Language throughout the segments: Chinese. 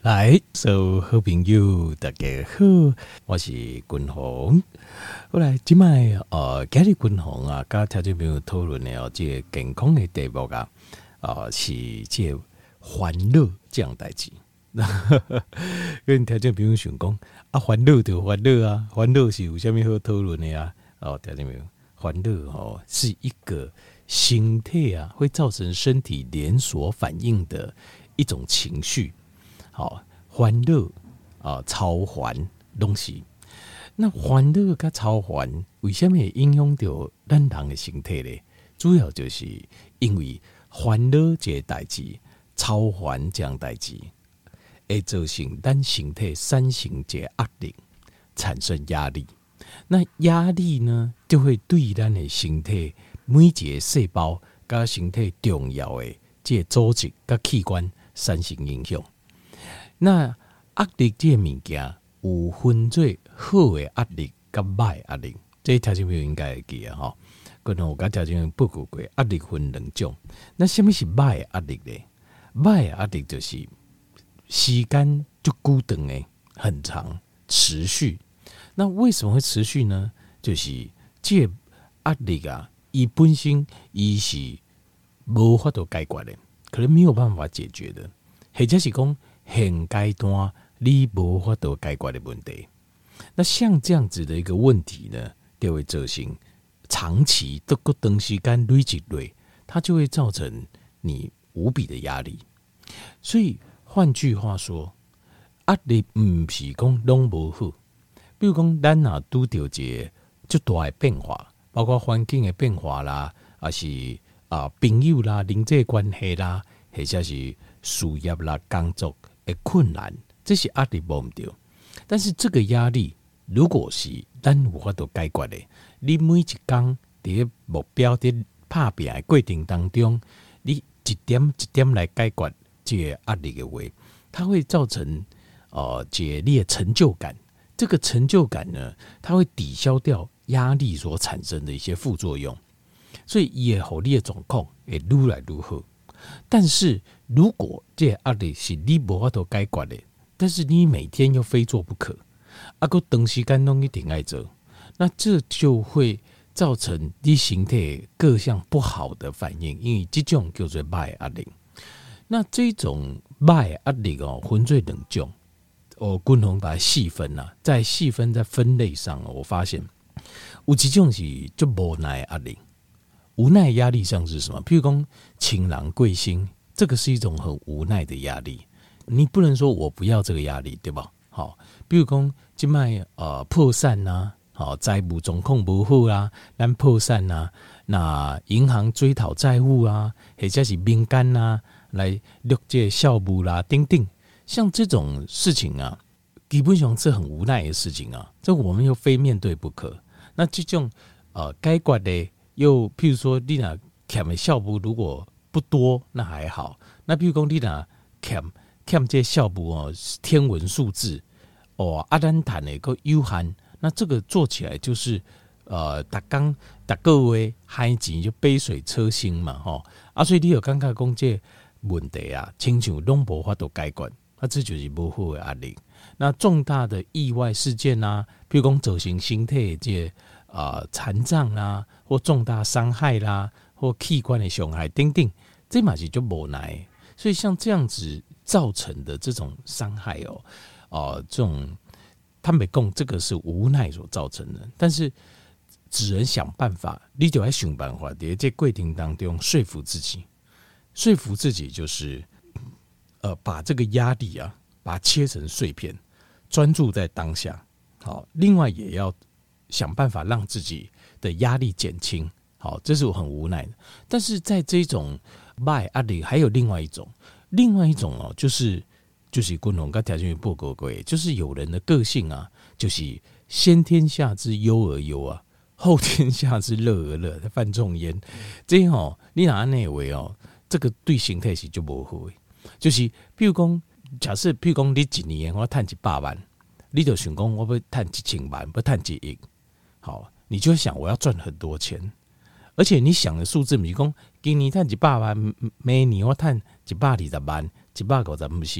来，所有好朋友，大家好，我是君鸿。后来今摆今日君鸿啊，甲听众朋友讨论的哦，这个健康的题目啊，是这烦恼这样代志。跟听众朋友想讲啊，烦恼就烦恼啊，烦恼是有啥物好讨论的啊？听众朋友，烦恼是一个心态啊，会造成身体连锁反应的一种情绪。好，烦恼超烦东西。那烦恼跟超烦，为什么会影响到咱人的身体呢？主要就是因为烦恼这个代志，超烦这样代志，会造成咱身体产生这个压力，产生压力。那压力呢，就会对咱的身体每一个细胞跟身体重要的这个组织跟器官产生影响。那压力这个物件有分做好的压力跟坏的压力，这条件朋友应该会记啊哈。可能我跟条件报告过，压力分两种。那什么是坏的压力呢？坏的压力就是时间就久长的，很长，持续。那为什么会持续呢？就是这个压力啊，伊本身伊是无法度解决的，可能没有办法解决的，或者是讲现阶段你无法度解决的问题。那像这样子的一个问题呢，就会造成长期都个长时间累积累，它就会造成你无比的压力。所以换句话说，压力不是讲拢无好。比如讲，咱若拄到一个足大的变化，包括环境的变化啦，还是朋友啦、人际关系啦，或者是事业啦、工作的困难，这是压力无毋对。但是这个压力，如果是咱有法度解决的，你每一天伫目标伫拍拼的过程当中，你一点一点来解决这个压力的话，它会造成这你的成就感。这个成就感呢，它会抵消掉压力所产生的一些副作用，所以也好你的状况会愈来愈好。但是如果这个压力是你无法度解决的，但是你每天又非做不可，个长时间拢一定爱做，那这就会造成你身体各项不好的反应，因为这种叫做坏压力。那这种坏压力分做两种。君鸿把它细分啊，在细分在分类上，我发现有几种是就无奈压力。无奈压力上是什么？譬如讲情郎贵心，这个是一种很无奈的压力。你不能说我不要这个压力，对吧？好，比如讲现在破产啊，好债务状况不好啊，咱破产啊，那银行追讨债务啊，或者是民间啊来录这校务啦，等等。像这种事情啊，基本上是很无奈的事情啊，这我们又非面对不可。那这种解决的又譬如说你若欠的校务如果不多，那还好。那譬如讲你若欠这校务天文数字咱谈的个有限，那这个做起来就是每个月还钱就杯水车薪嘛所以你有感觉讲这问题啊，亲像拢无法度解决。这就是无好的压力。那重大的意外事件啊，比如讲造成身体这残障啦，或重大伤害啦，或器官的伤害等等，这嘛是就无奈。所以像这样子造成的这种伤害这种坦白讲，这个是无奈所造成的。但是只能想办法，你就要想办法在这过程当中说服自己，就是把这个压力啊，把它切成碎片，专注在当下。好，另外也要想办法让自己的压力减轻。好，这是我很无奈的。但是在这种坏压力，还有另外一种就是君鸿跟条件报告过，就是有人的个性啊，就是先天下之忧而忧啊，后天下之乐而乐。范仲淹，这你哪安内为这个对身体是就不好的。就是譬如讲，假设譬如讲你一年我赚100万，你就想讲我要赚1000万，要赚1亿，好，你就想我要赚很多钱，而且你想的数字不是讲今年赚100万，每年我赚120万、150万，不是，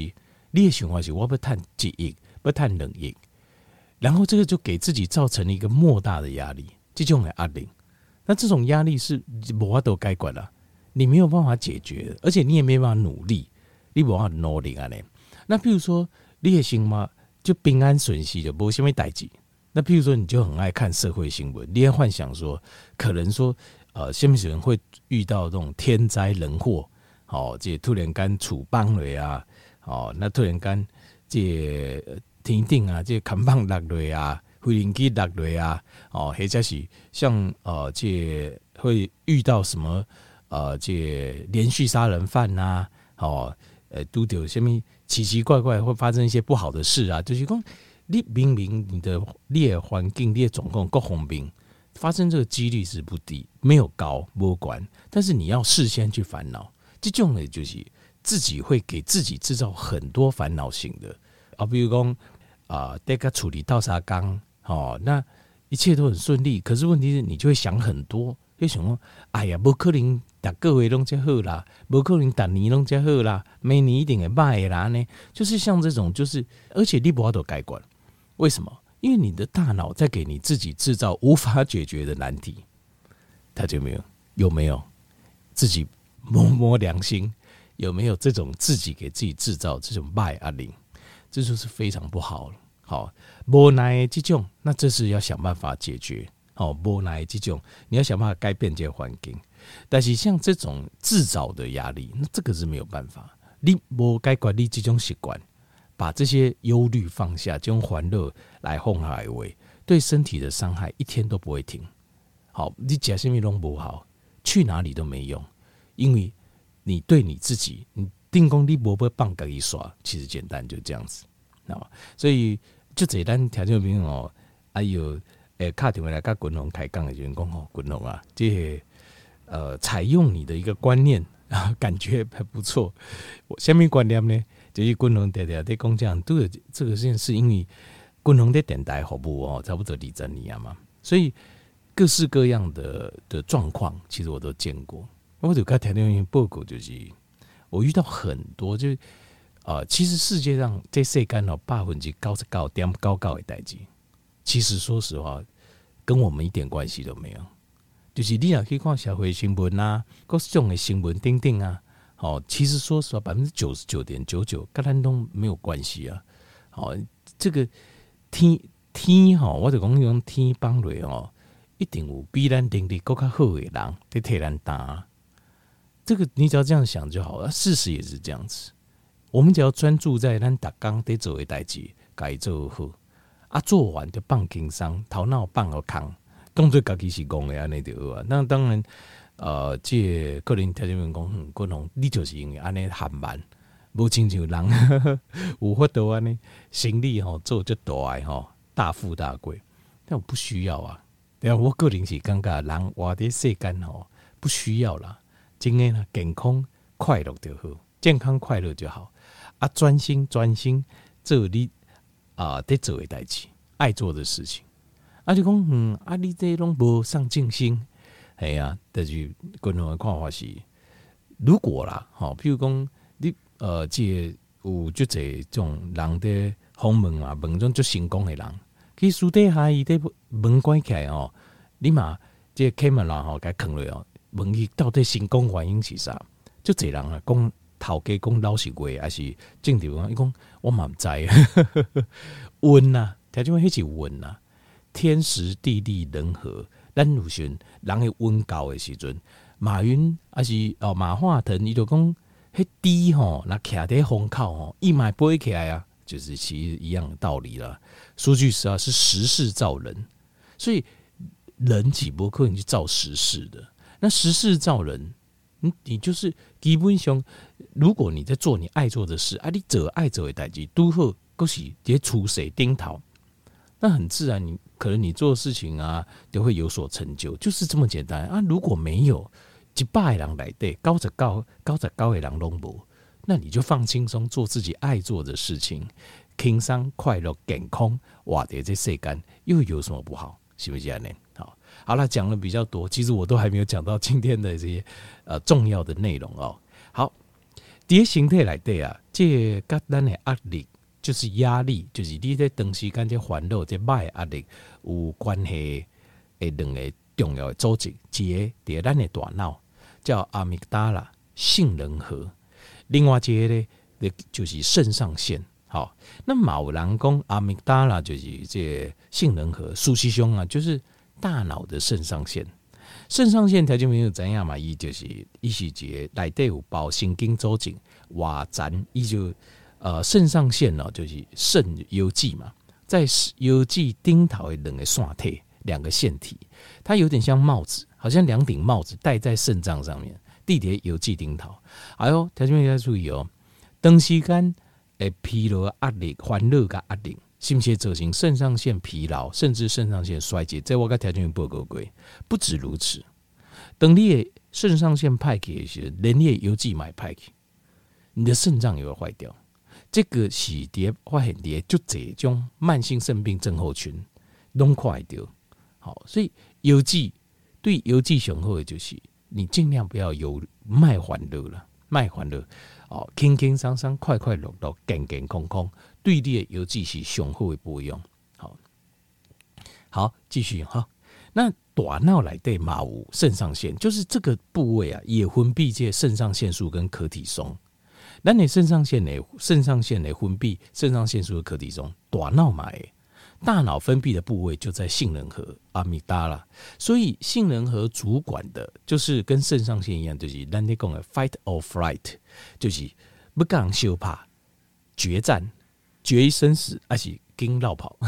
你的想法是我要赚1亿，要赚2亿，然后这个就给自己造成了一个莫大的压力，这种的压力。那这种压力是没法度解决啦，你没有办法解决，而且你也没办法努力，你没办法努力啊。那譬如说，你的心嘛就平安顺遂，就没什么代志。那譬如说，你就很爱看社会新闻，你也幻想说，可能说，什么人会遇到这种天灾人祸，这突然间厝崩了啊，那突然间这天顶啊，这看棒落落啊。飞行机落落啊，或者是像这会遇到什么这连续杀人犯啊，都有什么奇奇怪怪会发生一些不好的事啊，就是说你明明你的环境、你的状况各方面发生这个几率是不低，没有高没关，但是你要事先去烦恼，这种呢就是自己会给自己制造很多烦恼型的比如说大家处理倒沙缸。那一切都很顺利，可是问题是你就会想很多，就想说，哎呀，不可能每个月都这好啦，不可能每年都这好啦，每年一定会坏啦呢。就是像这种，就是而且你不要都改观，为什么？因为你的大脑在给你自己制造无法解决的难题，他就有没有自己摸摸良心，有没有这种自己给自己制造这种坏压力，这就是非常不好了。没奈这种，那这是要想办法解决。没奈这种，你要想办法改变这个环境。但是像这种自找的压力，那这个是没有办法。你没改管理这种习惯，把这些忧虑放下，这种欢乐来哄海味，对身体的伤害一天都不会停。你吃什么都不好，去哪里都没用，因为你对你自己，你定功你没要放自己耍，其实简单就这样子。所以就这咱听众朋友打电话来跟君鸿开讲的时候讲君鸿啊，这采用你的一个观念感觉还不错。什么观念呢？就是君鸿常常在讲这个件事，因为君鸿在电台服务差不多20年嘛，所以各式各样的状况，其实我都见过。我就跟听众朋友报告，就是我遇到很多就。其实世界上这世间99.99%的代志，其实说实话，跟我们一点关系都没有。就是你若去看社会新闻啊，各种的新闻等等啊，其实说实话，99.99%跟咱都没有关系啊。这个天我就讲用天帮落一定有比咱能力更较好的人在替咱担。这个你只要这样想就好了，事实也是这样子。我们只要专注在咱每天在做的代志，该做好做完就放轻松，头脑放好空，当作自己是讲的安尼就好啊。那当然，这个人听众们讲，君鸿你就是因为安尼含慢，无亲像人有法度安尼行李做就大的大富大贵，但我不需要啊。对啊，我个人是感觉人活在世间不需要啦，真的呢，健康快乐就好，健康快乐就好。专心做你在做的代志，爱做的事情。就讲你这拢无上进心，系啊。但是君鸿的看法是，如果啦，譬如讲你这有就这种人在访问啊，问种就成功的人，其实私底下伊在门关起来你嘛这开门啦该坑了问伊到底成功原因是啥？就这人啊讲。头家讲老实话，还是正常讲？伊讲我嘛唔知，运啊，听种迄是运啊，天时地利人和。咱有时人的运到的时阵，马云还是马化腾，伊就讲迄猪若徛在风口一买飞起来啊，就是其实一样的道理啦。说句实话，是时势造人，所以人岂不可能去造时势的？那时势造人。你就是基本上，如果你在做你爱做的事你做爱做的代志，拄好还是在出世顶头，那很自然，你可能你做的事情都会有所成就，就是这么简单如果没有100个人内底99个人拢无，那你就放轻松，做自己爱做的事情，轻松快乐健康，活在这世间又有什么不好？是不是这样呢？好了，讲了比较多，其实我都还没有讲到今天的这些重要的内容好， 伫身体内底啊，这甲咱的压力就是压力，就是你在长时间这烦恼、这歹压力有关系的两个重要的组织，一个伫咱的大脑叫阿米达拉杏仁核，另外一个呢就是肾上腺。好，那有人讲阿米达拉就是这杏仁核，事实上啊，就是大脑的肾上腺。肾上腺条件没有怎样嘛？伊就是伊是一个内底有包神经组织，外层伊就肾上腺呢，就是肾邮寄嘛，在邮寄顶头的两个线体，两个腺体，它有点像帽子，好像两顶帽子戴在肾脏上面，地铁邮寄顶头。哎呦，条件要注意哦，长时间的疲劳、压力、烦恼跟压力。是不是造成肾上腺疲劳，甚至肾上腺衰竭？这我跟条件报告过，不止如此。等你的肾上腺派去的时候，连你的邮寄买派去，你的肾脏也会坏掉。这个是发现伫就这种慢性肾病症候群拢看会到。好，所以邮寄对邮寄上好的就是你尽量不要有卖烦恼了，卖烦恼哦，轻轻松松、快快乐乐、健健康康。对你的邮寄是上好的保养。好，继续哈。那大脑内底嘛有肾上腺，就是这个部位啊，也分泌这肾上腺素跟可体松。咱的肾上腺的分泌肾上腺素的可体松，大脑嘛的，大脑分泌的部位就在杏仁核阿米达拉，所以杏仁核主管的就是跟肾上腺一样，就是咱在讲的 fight or flight， 就是不讲相怕、决战。决一生死，还是跟绕跑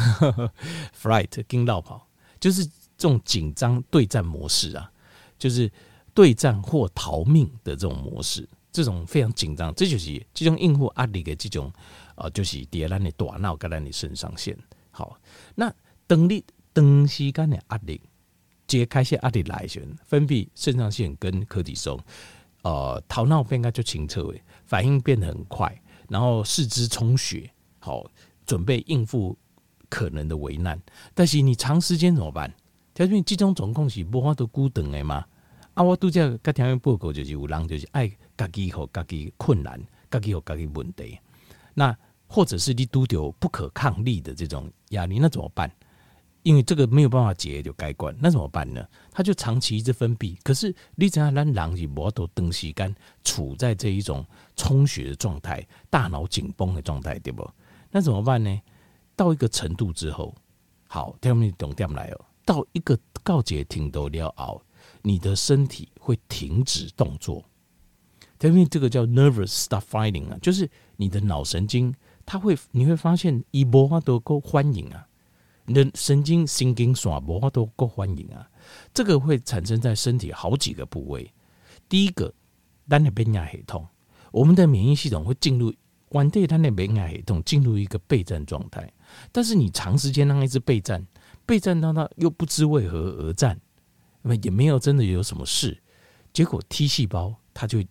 ，flight 跟绕跑，就是这种紧张对战模式啊，就是对战或逃命的这种模式，这种非常紧张，这就是这种应付压力的这种就是在咱的大脑跟咱的肾上腺。好，那等你长时间的压力，揭开些压力来时，分泌肾上腺跟可体松，头脑变得就清澈的，反应变得很快，然后四肢充血。好，准备应付可能的危难，但是你长时间怎么办？条件这种状况是无法度久长的嘛？啊，我拄则甲条件报告就是有人就是爱家己互家己困难，家己互家己问题。那或者是你拄到不可抗力的这种压力，那怎么办？因为这个没有办法解就该关，那怎么办呢？它就长期一直分泌，可是你知道咱人是无法度长时间处在这一种充血的状态，大脑紧绷的状态，对不？那怎么办呢？到一个程度之后，好，听我们重点来哦。到一个告解程度了后，你的身体会停止动作。因为这个叫 nervous stop firing 啊，就是你的脑神经，你会发现伊无法度够欢迎啊，你的神经线无法度够欢迎啊，这个会产生在身体好几个部位。第一个，咱的免疫系统，我们的免疫系统会进入。关对它的免疫系统进入一个备战状态，但是你长时间让一直备战到它又不知为何而战，那么也没有真的有什么事，结果 T 细胞它就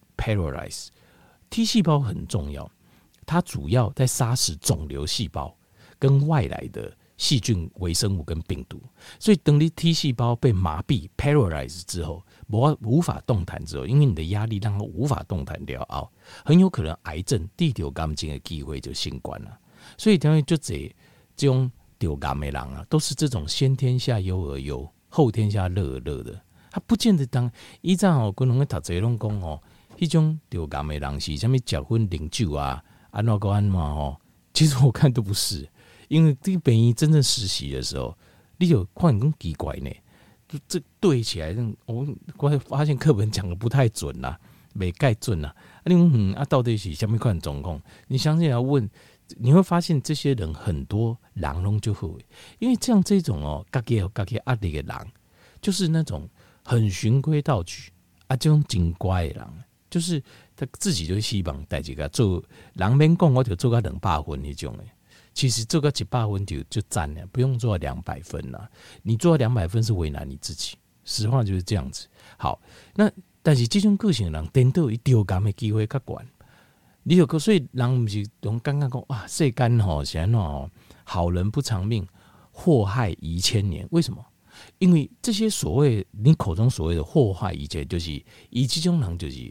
paralyze。T 细胞很重要，它主要在杀死肿瘤细胞跟外来的细菌、微生物跟病毒，所以等你 T 细胞被麻痹 paralyze 之后。无法动弹之后，因为你的压力让它无法动弹了后，很有可能癌症、地条感情的机会就升高了。所以，因为就这种得癌的人啊，都是这种先天下忧而忧，后天下乐而乐的。他不见得当以前哦，可能会读这拢讲哦，迄种得癌的人是什么结婚饮酒啊，安怎个安嘛哦？其实我看都不是，因为这个病医真正实习的时候，你有看更奇怪呢。这对起来，我发现课本讲的不太准啦，没盖准啦。到底是什么款状况？你相信要问，你会发现这些人很多人拢就会，因为这种哦，家己压力的人，就是那种很循规蹈矩啊，这种真乖的人，就是他自己就希望代志个做，人免讲我就做到200分那种的。其实做到100分就赞了，不用做到200分了。你做到200分是为难你自己，实话就是这样子。好，那但是这种个性的人，颠倒伊丢感的机会较悬。你有个所以人不是用刚刚讲哇，世间吼是安怎哦，好人不长命，祸害遗千年。为什么？因为这些所谓你口中所谓的祸害遗千，就是以这种人就是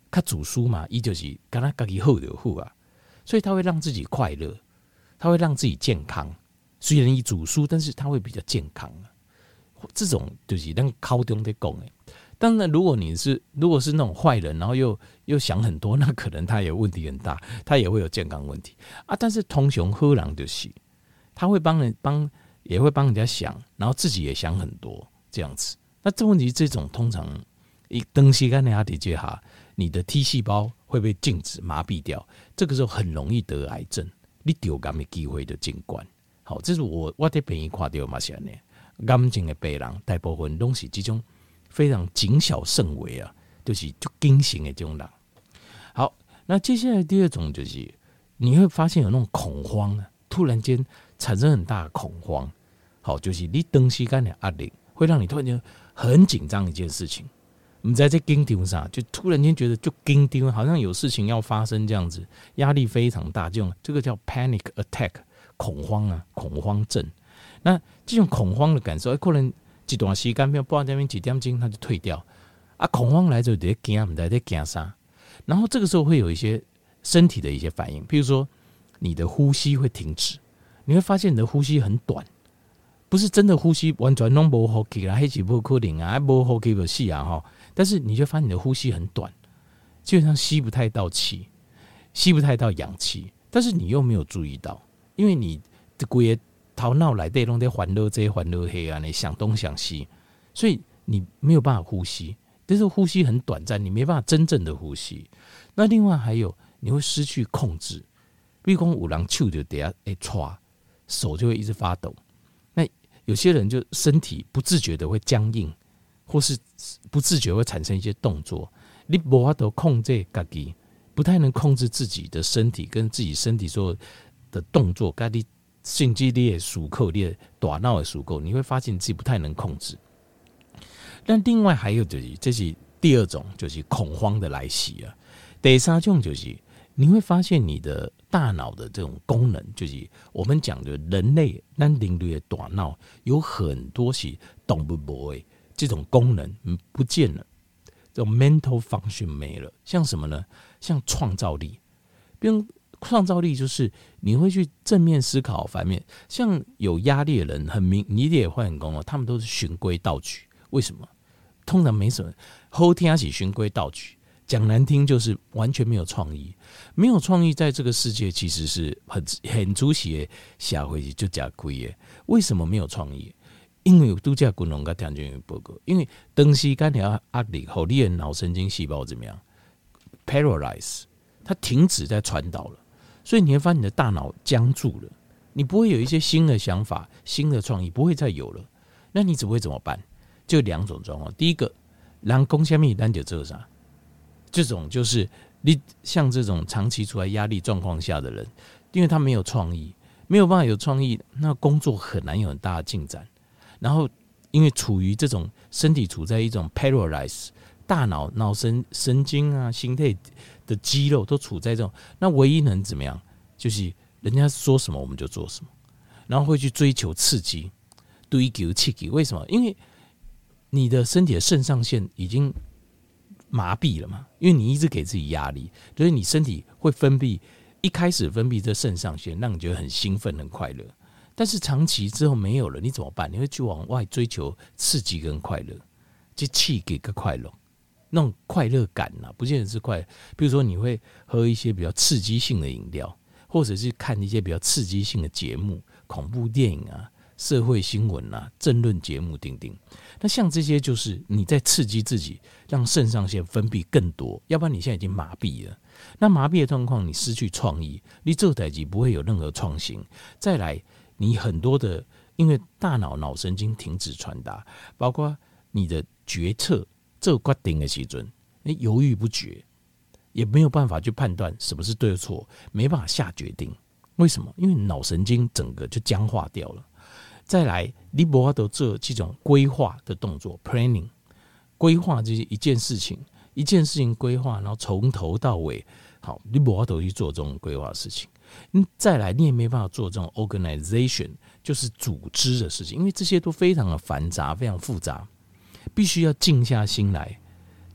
他主书嘛，伊就是跟他自己好就好啊，所以他会让自己快乐，他会让自己健康。虽然伊主书，但是他会比较健康啊。这种就是咱考中在讲的。当然，如果是那种坏人，然后又想很多，那可能他也问题很大，他也会有健康问题啊。但是通常好人就是，他会也会帮人家想，然后自己也想很多这样子。那这问题这种通常一长时间的压力之下，你的 T 细胞会被静止麻痹掉，这个时候很容易得癌症，你得癌的机会就真高。好，这是我在病院看到嘛是安尼，癌症的病人大部分都是这种非常谨小慎微啊，就是就惊醒的这种人。好，那接下来第二种就是你会发现有那种恐慌啊，突然间产生很大的恐慌。好，就是你长时间的压力会让你突然间很紧张一件事情，我们在这紧张上就突然间觉得就紧张，好像有事情要发生这样子，压力非常大，这个叫 panic attack。恐慌啊，恐慌症。那这种恐慌的感受，可能一段时间，不知道那边几点钟，它就退掉。啊，恐慌来之后，就在惊，不知道在惊啥。然后这个时候会有一些身体的一些反应，譬如说你的呼吸会停止，你会发现你的呼吸很短，不是真的呼吸完全弄不呼吸啦，那是不可能啊，不呼吸就死啊哈。但是你就发现你的呼吸很短，基本上吸不太到气，吸不太到氧气，但是你又没有注意到。因为你的整个头脑里面都在烦恼这烦恼那啊，你想东想西，所以你没有办法呼吸，但是呼吸很短暂，你没办法真正的呼吸。那另外还有你会失去控制，比如说有人手就底下抓，手就会一直发抖。那有些人就身体不自觉的会僵硬，或是不自觉会产生一些动作，你没办法控制自己，不太能控制自己的身体跟自己身体所有的动作，跟你甚至你的思考，你的大脑的思考，你会发现你自己不太能控制。但另外还有就是，这是第二种，就是恐慌的来袭啊。第三种就是你会发现你的大脑的这种功能，就是我们讲的人类的大脑有很多是动不没的这种功能不见了，这种 mental function 没了。像什么呢？像创造力，比如创造力就是你会去正面思考反面。像有压力的人，你也会很功哦，他们都是循规蹈矩。为什么？通常没什么，好听是循规蹈矩，讲难听就是完全没有创意。没有创意在这个世界其实是很出奇的社会就假亏的。为什么没有创意？因为都叫滚龙跟条件报告，因为长时间的压力后，你的脑神经细胞怎么样 ？paralyze， 它停止在传导了。所以你会发现你的大脑僵住了，你不会有一些新的想法、新的创意，不会再有了。那你只会怎么办？就两种状况。第一个，人讲什么咱就做啥，这种就是你像这种长期处在压力状况下的人，因为他没有创意，没有办法有创意，那工作很难有很大的进展。然后因为处于这种身体处在一种 paralyze， 大脑、脑神经啊、心态的肌肉都处在这种，那唯一能怎么样？就是人家说什么我们就做什么，然后会去追求刺激，追求刺激。为什么？因为你的身体的肾上腺已经麻痹了嘛，因为你一直给自己压力，所以你身体会分泌，一开始分泌这肾上腺，让你觉得很兴奋、很快乐。但是长期之后没有了，你怎么办？你会去往外追求刺激跟快乐，去刺激跟快乐。那种快乐感啊，不见得是快乐。比如说，你会喝一些比较刺激性的饮料，或者是看一些比较刺激性的节目，恐怖电影啊、社会新闻啊、政论节目等等。那像这些，就是你在刺激自己，让肾上腺分泌更多，要不然你现在已经麻痹了。那麻痹的状况，你失去创意，你做代志不会有任何创新。再来，你很多的，因为大脑神经停止传达，包括你的决策。做决定的时候，你犹豫不决，也没有办法去判断什么是对或错，没办法下决定。为什么？因为脑神经整个就僵化掉了。再来，你没办法做这种规划的动作 ，planning， 规划这些一件事情规划，然后从头到尾，好，你没办法去做这种规划的事情。再来，你也没办法做这种 organization， 就是组织的事情，因为这些都非常的繁杂，非常复杂。必须要静下心来，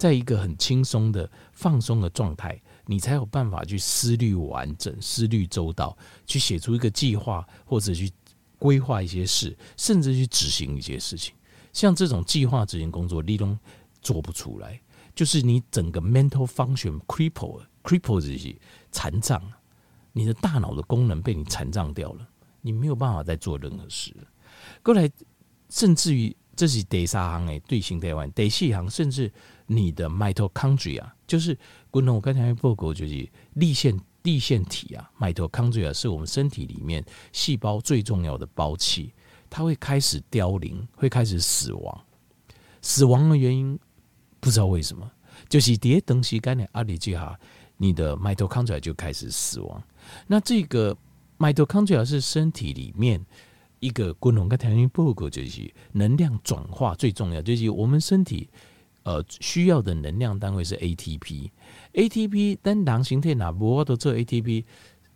在一个很轻松的放松的状态，你才有办法去思虑完整、思虑周到，去写出一个计划，或者去规划一些事，甚至去执行一些事情。像这种计划执行工作，你都做不出来，就是你整个 mental function cripple 这些残障，你的大脑的功能被你残障掉了，你没有办法再做任何事了。过来，甚至于这是第三行的对形态第四行，甚至你的 mitochondria， 就是我刚才报告就是粒线体啊 ，mitochondria 是我们身体里面细胞最重要的胞器，它会开始凋零，会开始死亡。死亡的原因不知道为什么，就是在长时间的压力之下，你的 mitochondria 就开始死亡。那这个 mitochondria 是身体里面一个均衡跟条件报告，就是能量转化最重要，就是我们身体需要的能量单位是 ATP， 但人形态哪无法度做 ATP，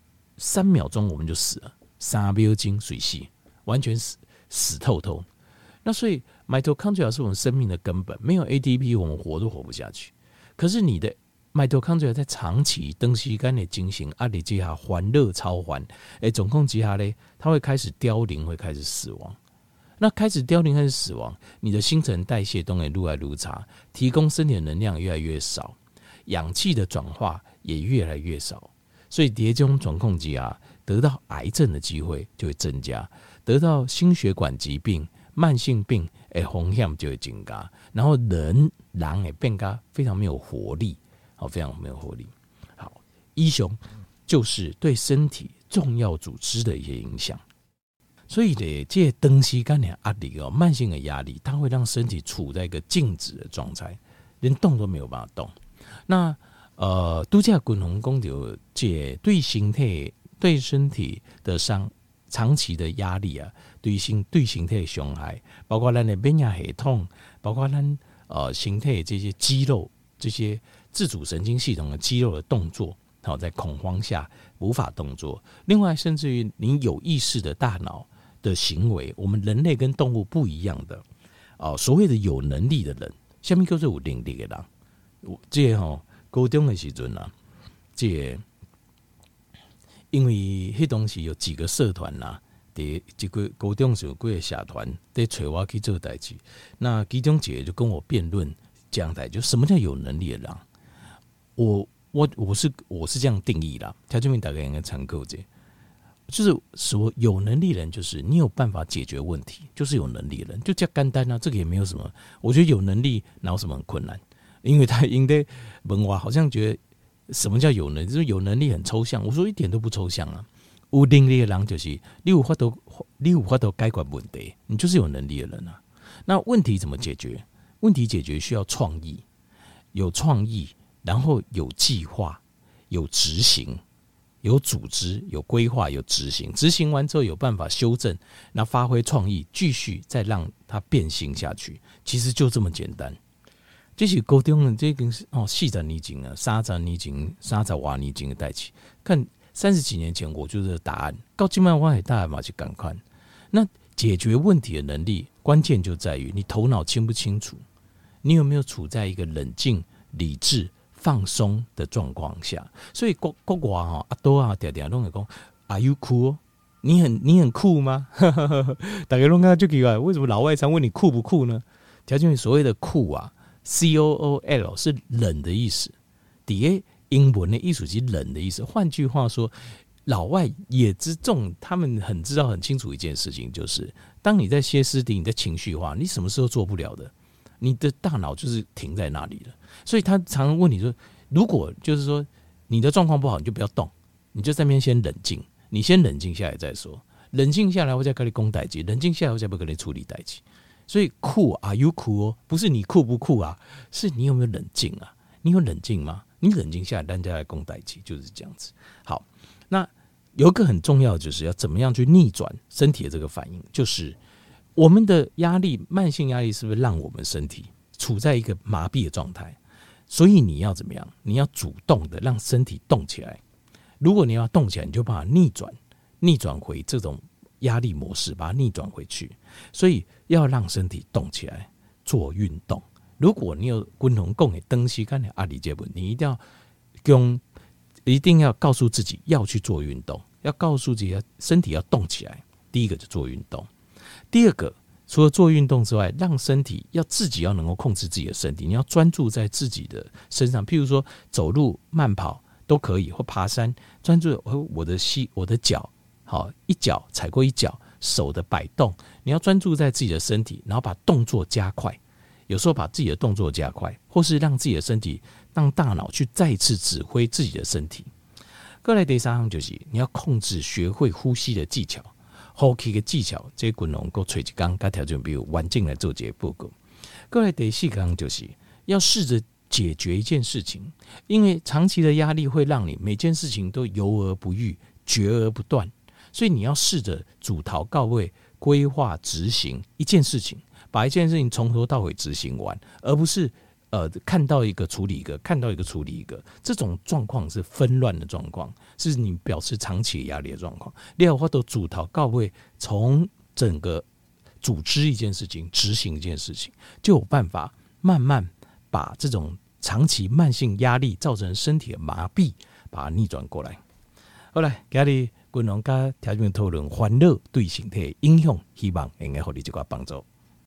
3秒钟我们就死了，3秒钟水死，完全死透透。那所以 mitochondria 是我们生命的根本，没有 ATP 我们活都活不下去。可是你的 mitochondria 在长期长时间的进行压力之下，环热超环总控之下呢，它会开始凋零，会开始死亡。那开始凋零开始死亡，你的新陈代谢都会愈来愈差，提供身体的能量越来越少，氧气的转化也越来越少，所以这种状况之下，得到癌症的机会就会增加，得到心血管疾病、慢性病的风险就会增加，然后人也变得非常没有活力，非常没有活力。好，以上就是对身体重要组织的一些影响。所以呢，这长时间的压力慢性的压力，它会让身体处在一个静止的状态，连动都没有办法动。那都这均衡讲到这对身体的长期的压力啊，对身体的伤害，包括咱的免疫系统，包括咱身体这些肌肉、这些自主神经系统的肌肉的动作，在恐慌下无法动作。另外，甚至于你有意识的大脑的行为，我们人类跟动物不一样的所谓的有能力的人，什么叫做有能力的人？这高中的时阵啊，这因为迄当时有几个社团啦，在这个高中有几个社团在找我去做代志。那其中一个就跟我辩论这样代，就什么叫有能力的人？我是这样定义啦，条件面大概应该参考这。就是说有能力的人，就是你有办法解决问题，就是有能力的人，就这样简单啊。这个也没有什么，我觉得有能力哪有什么很困难？因为他应该问我，好像觉得什么叫有能力？就是有能力很抽象。我说一点都不抽象啊。有能力的人就是你有法度解决问题，你就是有能力的人啊。那问题怎么解决？问题解决需要创意，有创意，然后有计划，有执行。有组织、有规划、有执行，执行完之后有办法修正，那发挥创意，继续再让它变形下去，其实就这么简单。这是高中的这个40年前啊，30年前、30多年前的代志。看30几年前，我就是答案。到今晚我也答案嘛是赶快。那解决问题的能力，关键就在于你头脑清不清楚，你有没有处在一个冷静、理智。放松的状况下，所以国外阿多啊，常常都会讲 ，Are you cool？ 你很酷吗？大家都看就奇怪，为什么老外常问你酷不酷呢？条件所谓的酷啊 ，COOL 是冷的意思，底下英文的意思是冷的意思。换句话说，老外也他们很知道很清楚一件事情，就是当你在歇斯底里、你在情绪化，你什么事都做不了的。你的大脑就是停在那里了，所以他常常问你说，如果就是说你的状况不好，你就不要动，你就在那边先冷静，你先冷静下来再说，冷静下来我再跟你讲代志，冷静下来我再不跟你处理代志。所以酷 ，Are you cool？ 不是你酷不酷啊，是你有没有冷静啊？你有冷静吗？你冷静下来，大家来讲代志，就是这样子。好，那有一个很重要的就是要怎么样去逆转身体的这个反应，就是我们的压力，慢性压力是不是让我们身体处在一个麻痹的状态？所以你要怎么样？你要主动的让身体动起来。如果你要动起来，你就把它逆转回这种压力模式，把它逆转回去。所以要让身体动起来，做运动， 如果你有均衡讲的长时间的压力这问题，一定要告诉自己要去做运动，要告诉自己身体要动起来。第一个就做运动，第二个除了做运动之外，让身体自己要能够控制自己的身体，你要专注在自己的身上，譬如说走路、慢跑都可以，或爬山，专注我的脚，好，一脚踩过一脚，手的摆动，你要专注在自己的身体，然后把动作加快。有时候把自己的动作加快，或是让自己的身体，让大脑去再次指挥自己的身体。再来第三项就是你要控制、学会呼吸的技巧，呼吸的技巧，这均衡够找一天，跟条件比如完整来做这个报告。再来第四项就是要试着解决一件事情，因为长期的压力会让你每件事情都游而不愈、决而不断，所以你要试着主头到尾规划执行一件事情。把一件事情从头到尾执行完，而不是看到一个处理一个，看到一个处理一个，这种状况是纷乱的状况，是你表示长期压力的状况。你有法度主头到尾，从整个组织一件事情、执行一件事情，就有办法慢慢把这种长期慢性压力造成身体的麻痹，把它逆转过来。好来，今日均衡跟条件讨论烦恼对身体的影响，希望能够给你这个帮助。